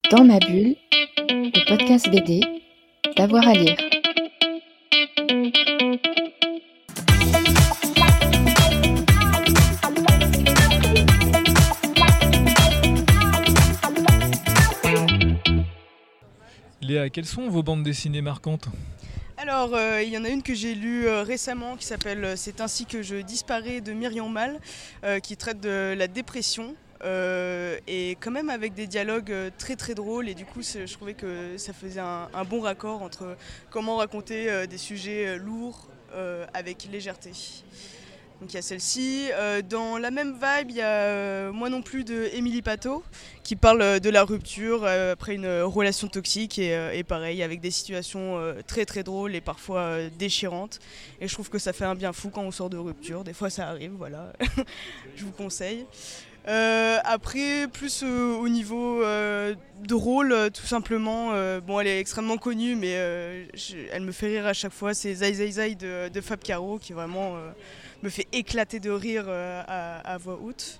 Dans ma bulle, le podcast BD, d'avoir à lire. Léa, quelles sont vos bandes dessinées marquantes ? Alors, il y en a une que j'ai lue récemment qui s'appelle « C'est ainsi que je disparais » de Myriam Mal, qui traite de la dépression. Et quand même avec des dialogues très très drôles, et du coup je trouvais que ça faisait un bon raccord entre comment raconter des sujets lourds avec légèreté. Donc il y a celle-ci. Dans la même vibe, il y a Moi non plus de Émilie Pato, qui parle de la rupture après une relation toxique, et pareil avec des situations très très drôles et parfois déchirantes. Et je trouve que ça fait un bien fou quand on sort de rupture. Des fois ça arrive, voilà. Je vous conseille. Après, plus au niveau de rôle, tout simplement, bon, elle est extrêmement connue, mais elle me fait rire à chaque fois. C'est Zai Zai Zai de Fab Caro, qui vraiment me fait éclater de rire à voix haute.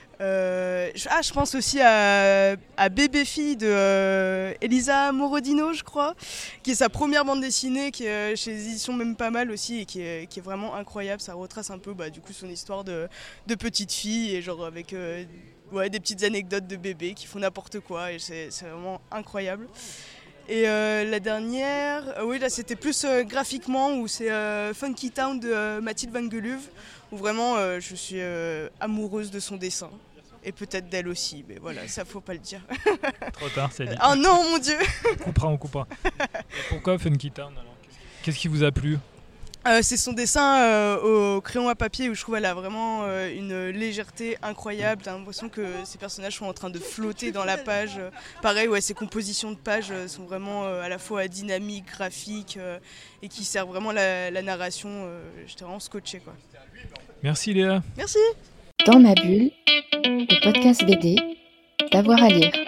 Je pense aussi à Bébé Fille de Elisa Morodino, je crois, qui est sa première bande dessinée, qui est chez les éditions Même Pas Mal aussi, et qui est vraiment incroyable. Ça retrace un peu du coup son histoire de petite fille, et genre avec des petites anecdotes de bébé qui font n'importe quoi, et c'est vraiment incroyable. Et la dernière, oui, là c'était plus graphiquement, où c'est Funky Town de Mathilde Van Geluve, où vraiment je suis amoureuse de son dessin. Et peut-être d'elle aussi, mais voilà, ça faut pas le dire. Trop tard, c'est dit. Oh non, mon Dieu. On coupera. Et pourquoi Funky Town alors ? Qu'est-ce qui vous a plu ? C'est son dessin au crayon à papier, où je trouve qu'elle a vraiment une légèreté incroyable. T'as l'impression que ces personnages sont en train de flotter dans la page. Pareil, ses compositions de pages sont vraiment à la fois dynamiques, graphiques, et qui servent vraiment la narration. J'étais vraiment scotchée, quoi. Merci Léa. Merci. Dans ma bulle, le podcast BD, d'avoir à lire.